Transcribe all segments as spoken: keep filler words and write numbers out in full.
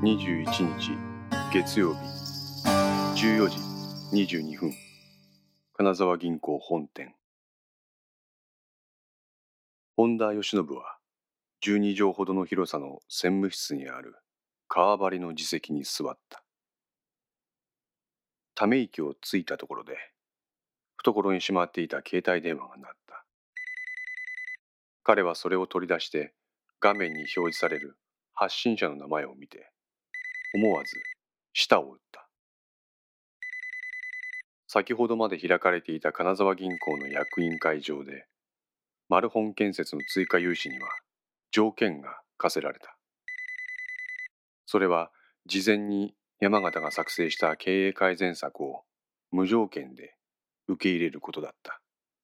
にじゅういちにち月曜日じゅうよじにじゅうにふん、金沢銀行本店。本田義信はじゅうにじょうほどの広さの専務室にある革張りの自席に座った。ため息をついたところで懐にしまっていた携帯電話が鳴った。彼はそれを取り出して画面に表示される発信者の名前を見て思わず舌を打った。先ほどまで開かれていた金沢銀行の役員会場でマルホン建設の追加融資には条件が課せられた。それは事前に山形が作成した経営改善策を無条件で受け入れることだった。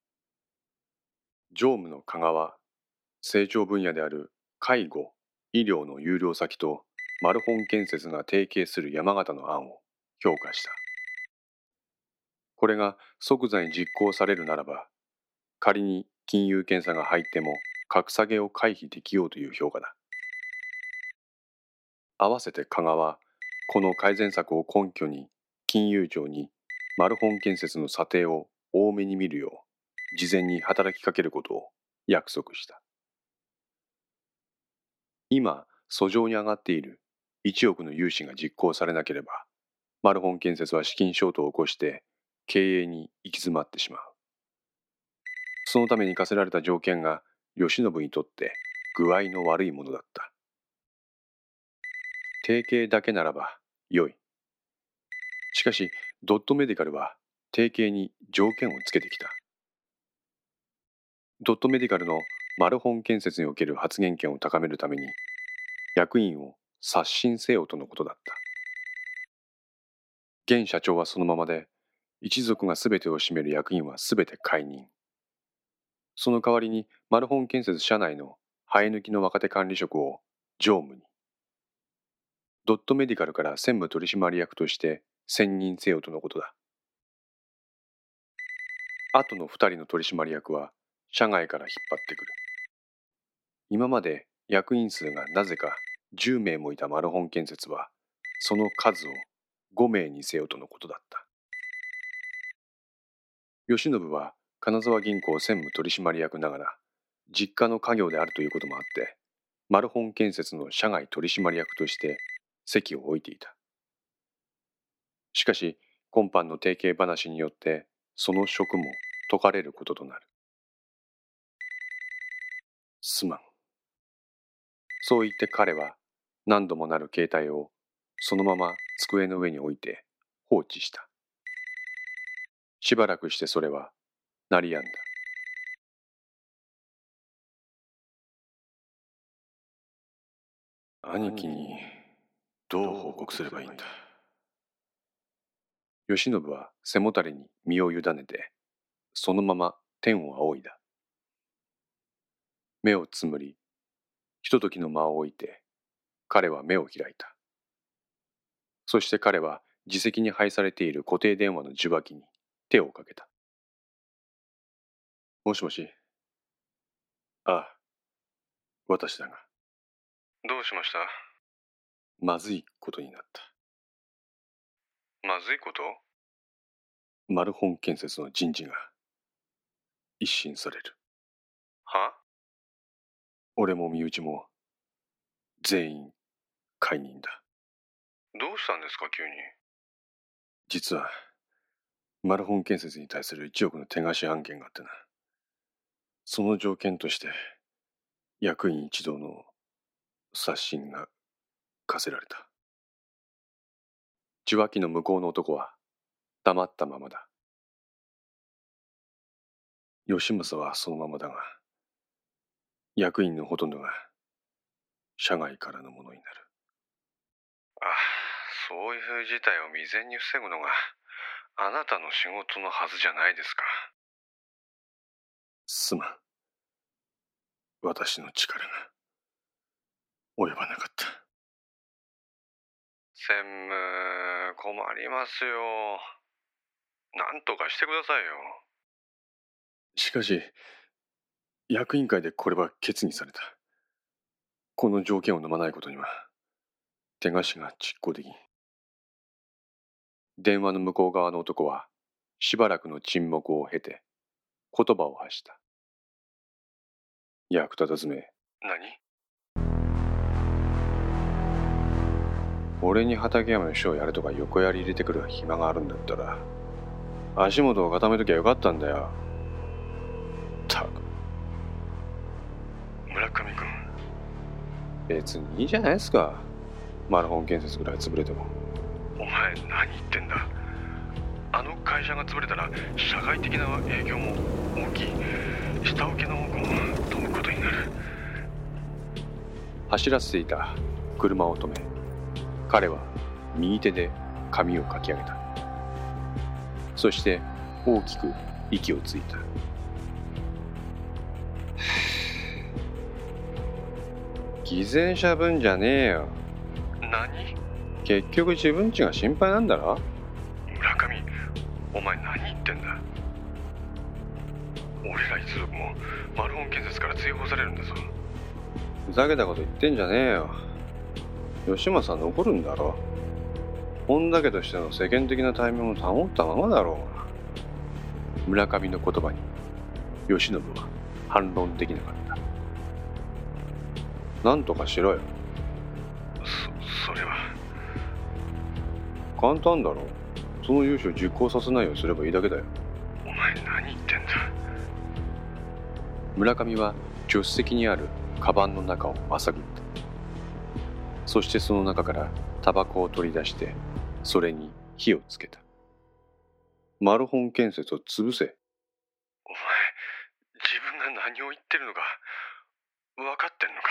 常務の加賀は成長分野である介護・医療の優良先とマルホン建設が提携する山形の案を評価した。これが即座に実行されるならば、仮に金融検査が入っても格下げを回避できようという評価だ。合わせて加賀はこの改善策を根拠に金融庁にマルホン建設の査定を多めに見るよう事前に働きかけることを約束した。今訴状に上がっているいちおくの融資が実行されなければ、マルホン建設は資金ショートを起こして経営に行き詰まってしまう。そのために課せられた条件が義信にとって具合の悪いものだった。提携だけならば良い。しかしドットメディカルは提携に条件をつけてきた。ドットメディカルのマルホン建設における発言権を高めるために役員を刷新せよとのことだった。現社長はそのままで、一族が全てを占める役員は全て解任。その代わりにマルホン建設社内の生え抜きの若手管理職を常務に、ドットメディカルから専務取締役として選任せよとのことだ。あとのふたりの取締役は社外から引っ張ってくる。今まで役員数がなぜかじゅうめいもいたマルホン建設はその数をごめいにせよとのことだった。義信は金沢銀行専務取締役ながら実家の家業であるということもあってマルホン建設の社外取締役として席を置いていた。しかし今般の提携話によってその職も解かれることとなる。すまん。そう言って彼は何度も鳴る携帯をそのまま机の上に置いて放置した。しばらくしてそれは鳴り止んだ。兄貴にどう報告すればいいんだ。義信は背もたれに身を委ねてそのまま天を仰いだ。目をつむりひとときの間を置いて彼は目を開いた。そして彼は自席に配されている固定電話の受話器に手をかけた。もしもし。ああ、私だが。 どうしました？ まずいことになった。 まずいこと？ マルホン建設の人事が一新される。 は？ 俺も身内も全員解任だ。 どうしたんですか急に。 実はマルホン建設に対するいちおくの手貸し案件があってな。その条件として役員一同の刷新が課せられた。受話器の向こうの男は黙ったままだ。義政はそのままだが、役員のほとんどが社外からのものになる。 ああ、そういう事態を未然に防ぐのがあなたの仕事のはずじゃないですか。 すまん。私の力が及ばなかった。 専務、困りますよ。なんとかしてくださいよ。 しかし役員会でこれは決議された。この条件を飲まないことには手菓子が実行できん。電話の向こう側の男はしばらくの沈黙を経て言葉を発した。役立たずめ。 何？ 俺に畠山の書をやるとか横やり入れてくる暇があるんだったら足元を固めときゃよかったんだよ。たく。 村上君。 別にいいじゃないですか。マルホン建設ぐらい潰れても。 お前何言ってんだ。あの会社が潰れたら社会的な影響も大きい。下請けの多くも飛ぶことになる。 走らせていた車を止め、彼は右手で髪をかき上げた。そして大きく息をついた。偽善者分じゃねえよ。 何？ 結局自分ちが心配なんだろ。 村上、お前何言ってんだ。俺ら一族もマルホン建設から追放されるんだぞ。 ふざけたこと言ってんじゃねえよ。吉政さん残るんだろ。本田家としての世間的なタイミングを保ったままだろう。村上の言葉に慶喜は反論できなかった。なんとかしろよ。 そ、それは。 簡単だろ。その融資を実行させないようにすればいいだけだよ。 お前何言ってんだ。 村上は助手席にあるカバンの中をまさぐった。そしてその中からタバコを取り出してそれに火をつけた。マルホン建設を潰せ。 お前自分が何を言ってるのか分かってんのか。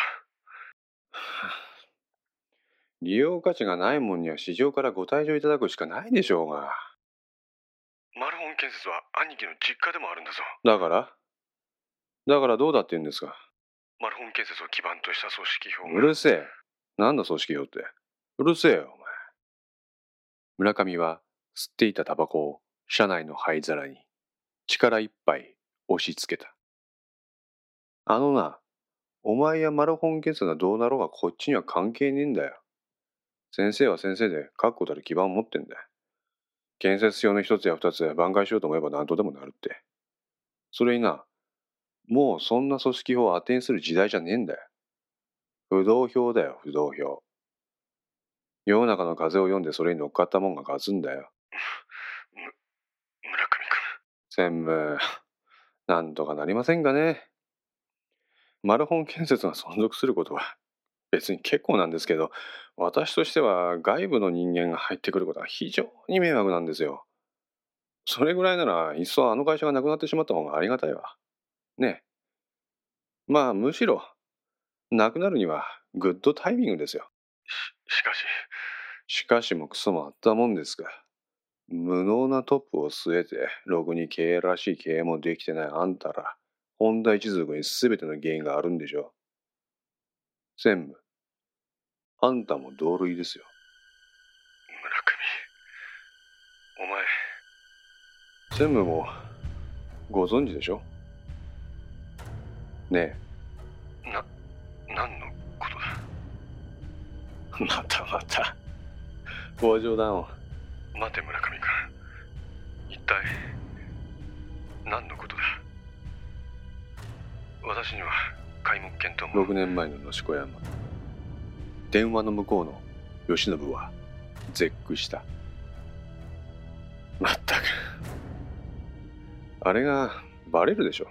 利用価値がないもんには市場からご退場いただくしかないでしょうが。 マルホン建設は兄貴の実家でもあるんだぞ。 だからだからどうだって言うんですか。 マルホン建設を基盤とした組織票が。 うるせえ。なんだ組織票って。うるせえよお前。村上は吸っていたタバコを車内の灰皿に力いっぱい押し付けた。あのな、お前やマルホン建設がどうなろうがこっちには関係ねえんだよ。先生は先生で確固たる基盤を持ってんだよ。建設用の一つや二つで挽回しようと思えば何とでもなるって。それにな、もうそんな組織票を当てにする時代じゃねえんだよ。不動票だよ、不動票。世の中の風を読んでそれに乗っかったもんが勝つんだよ。 む、村上君。専務、なんとかなりませんかね。マルホン建設が存続することは別に結構なんですけど、私としては外部の人間が入ってくることは非常に迷惑なんですよ。それぐらいならいっそあの会社がなくなってしまった方がありがたいわ。ねえ。まあむしろなくなるにはグッドタイミングですよ。 し、しかし。 しかしもクソもあったもんですが、無能なトップを据えてろくに経営らしい経営もできてないあんたら本田一族に全ての原因があるんでしょう。専務、あんたも同類ですよ。 村上、お前。 専務もご存知でしょ。ねえ。な、何のことだ。またまた。ご冗談を。 待て村上君。一体何のことだ。私には皆目見当も。 ろくねんまえの能代山。電話の向こうの慶喜は絶句した。まったく。あれがバレるでしょ。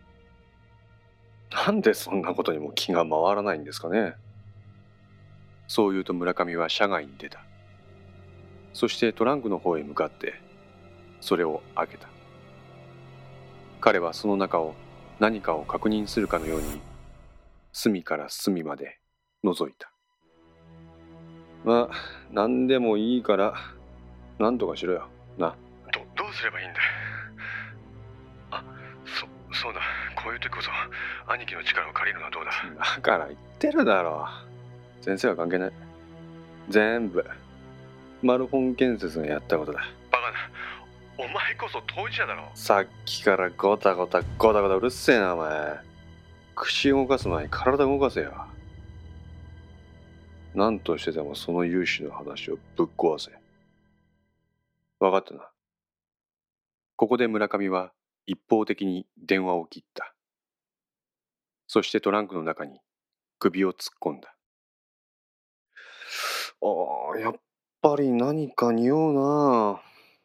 なんでそんなことにも気が回らないんですかね。そう言うと村上は車外に出た。そしてトランクの方へ向かってそれを開けた。彼はその中を何かを確認するかのように隅から隅まで覗いた。まあ何でもいいから何とかしろよな。 どどうすればいいんだ。あ、そそうだ。こういう時こそ兄貴の力を借りるのはどうだ。 だから言ってるだろう。先生は関係ない。全部マルホン建設がやったことだ。 バカな。お前こそ当事者だろ。 さっきからゴタゴタゴタゴタうるせえなお前。口動かす前に体動かせよ。 何としてでもその融資の話をぶっ壊せ。わかったな。ここで村上は一方的に電話を切った。そしてトランクの中に首を突っ込んだ。ああ、やっぱり何か匂うな。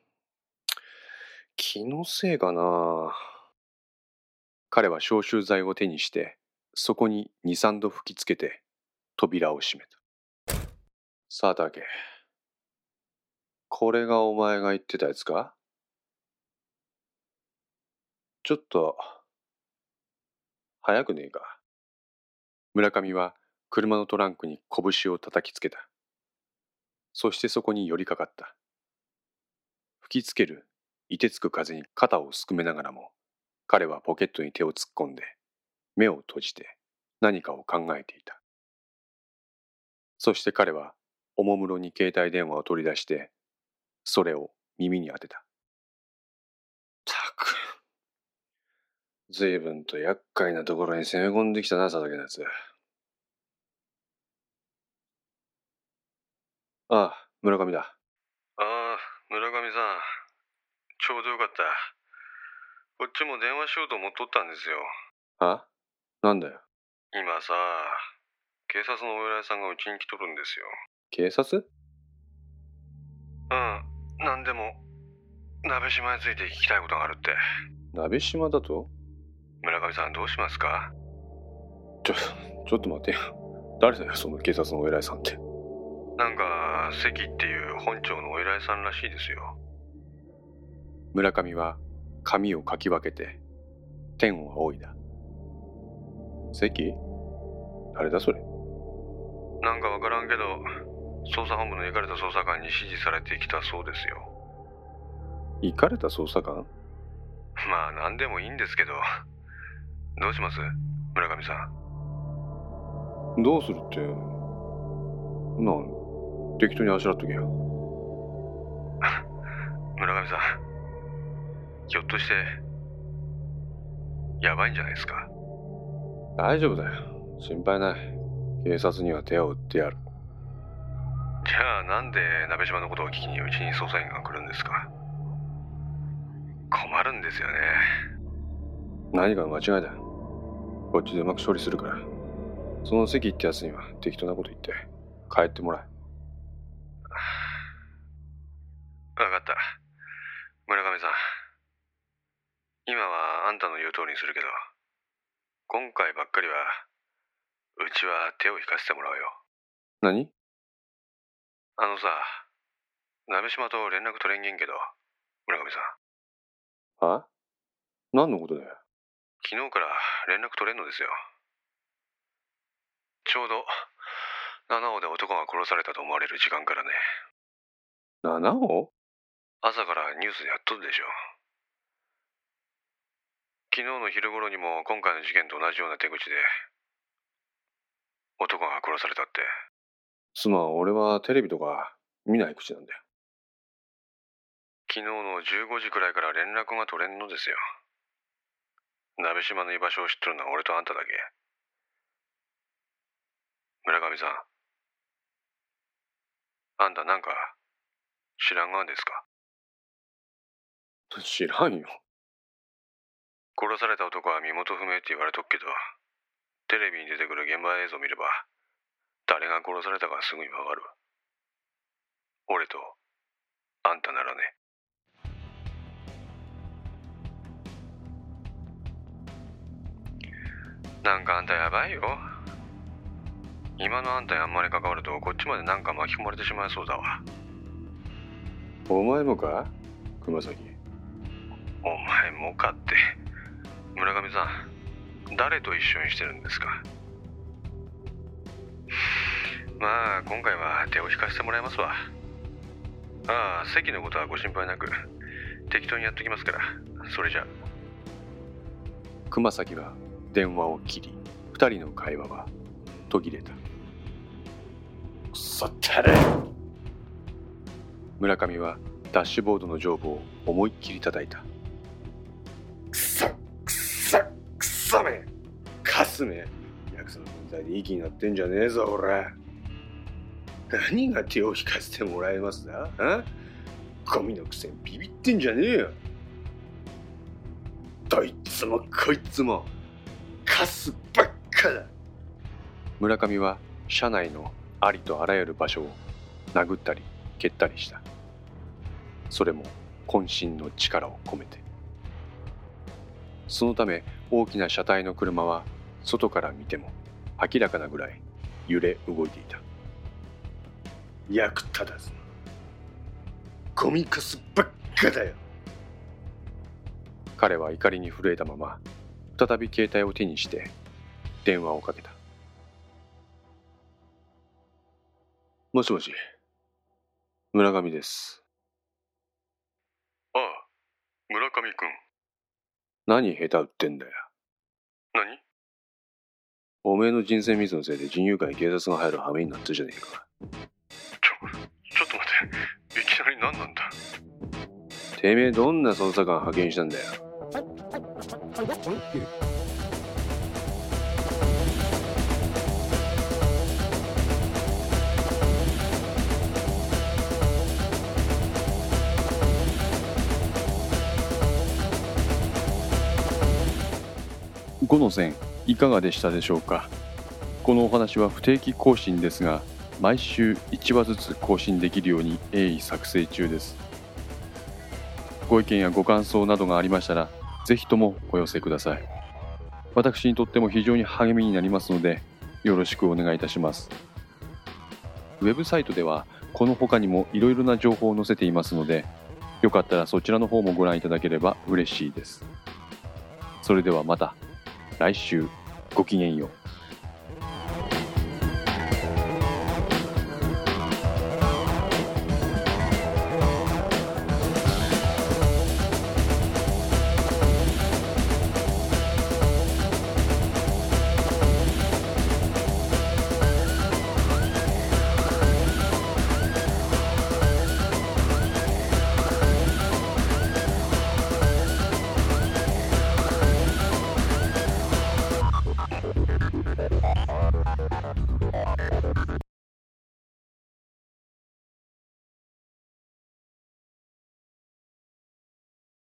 気のせいかな。彼は消臭剤を手にして、そこにに、さんど吹きつけて扉を閉めた。さあ、竹。これがお前が言ってたやつか？ちょっと、早くねえか。村上は車のトランクに拳を叩きつけた。そしてそこに寄りかかった。吹きつける、凍てつく風に肩をすくめながらも、彼はポケットに手を突っ込んで、目を閉じて何かを考えていた。そして彼はおもむろに携帯電話を取り出して、それを耳に当てた。たく。随分と厄介なところに攻め込んできたな、佐竹のやつ。ああ、村上だ。 ああ、村上さん。ちょうどよかった。こっちも電話しようと思っとったんですよ。 は？なんだよ。 今さ、警察のお偉いさんがうちに来とるんですよ。 警察？ うん、なんでも、鍋島について聞きたいことがあるって。 鍋島だと？ 村上さんどうしますか？ ちょ、ちょっと待ってよ。誰だよ、その警察のお偉いさんって。 なんか、関っていう本庁のお偉いさんらしいですよ。 村上は髪をかき分けて天を仰いだ。関？誰だそれ？ なんかわからんけど、捜査本部の行かれた捜査官に指示されてきたそうですよ。 行かれた捜査官？ まあ何でもいいんですけど、どうします村上さん。どうするって、なん、適当にあしらっとけよ。 村上さん、ひょっとしてやばいんじゃないですか？ 大丈夫だよ、心配ない。警察には手を打ってやる。 じゃあなんで鍋島のことを聞きにうちに捜査員が来るんですか？困るんですよね。 何かの間違いだ。こっちでうまく処理するから、その関ってやつには適当なこと言って帰ってもらえ。 分かった。村上さん、今はあんたの言う通りにするけど、今回ばっかりはうちは手を引かせてもらうよ。 何？ あのさ、鍋島と連絡取れんげんけど、村上さん。は？何のことだよ。 昨日から連絡取れんのですよ。ちょうど七尾で男が殺されたと思われる時間からね。 七尾？ 朝からニュースでやっとるでしょ。昨日の昼頃にも今回の事件と同じような手口で男が殺されたって。 すまん、俺はテレビとか見ない口なんだよ。 昨日のじゅうごじくらいから連絡が取れんのですよ。鍋島の居場所を知っとるのは俺とあんただけ。村上さん、あんたなんか知らんがんですか？ 知らんよ。 殺された男は身元不明って言われとくけど、テレビに出てくる現場映像を見れば誰が殺されたかすぐにわかる。俺とあんたならね。なんかあんたやばいよ。今のあんたにあんまり関わるとこっちまでなんか巻き込まれてしまいそうだわ。 お前もか、熊崎。 お前もかって。村上さん、誰と一緒にしてるんですか？まあ今回は手を引かせてもらいますわ。ああ、関のことはご心配なく適当にやっときますから。それじゃ。 熊崎は電話を切り、二人の会話は途切れた。くそったれ。村上はダッシュボードの上部を思いっきり叩いた。くそくそくそめかすめ、ヤクザの分際でいい気になってんじゃねえぞ俺。 何が手を引かせてもらえますだ？あ？ゴミのくせにビビってんじゃねえよ。どいつもこいつもカスばっかだ。村上は車内のありとあらゆる場所を殴ったり蹴ったりした。それも渾身の力を込めて。そのため大きな車体の車は外から見ても明らかなぐらい揺れ動いていた。役立たずゴミカスばっかだよ。彼は怒りに震えたまま再び携帯を手にして電話をかけた。もしもし、村上です。 ああ、村上くん。 何下手打ってんだよ。 何？ おめえの人選ミスのせいで人友会に警察が入る羽目になってるじゃねえか。 ちょ、ちょっと待って。いきなり何なんだ？ てめえどんな捜査官派遣したんだよ。ごの線いかがでしたでしょうか。このお話は不定期更新ですが、毎週いちわずつ更新できるように鋭意作成中です。ご意見やご感想などがありましたら、ぜひともお寄せください。私にとっても非常に励みになりますので、よろしくお願いいたします。ウェブサイトではこの他にもいろいろな情報を載せていますので、よかったらそちらの方もご覧いただければ嬉しいです。それではまた来週、ごきげんよう。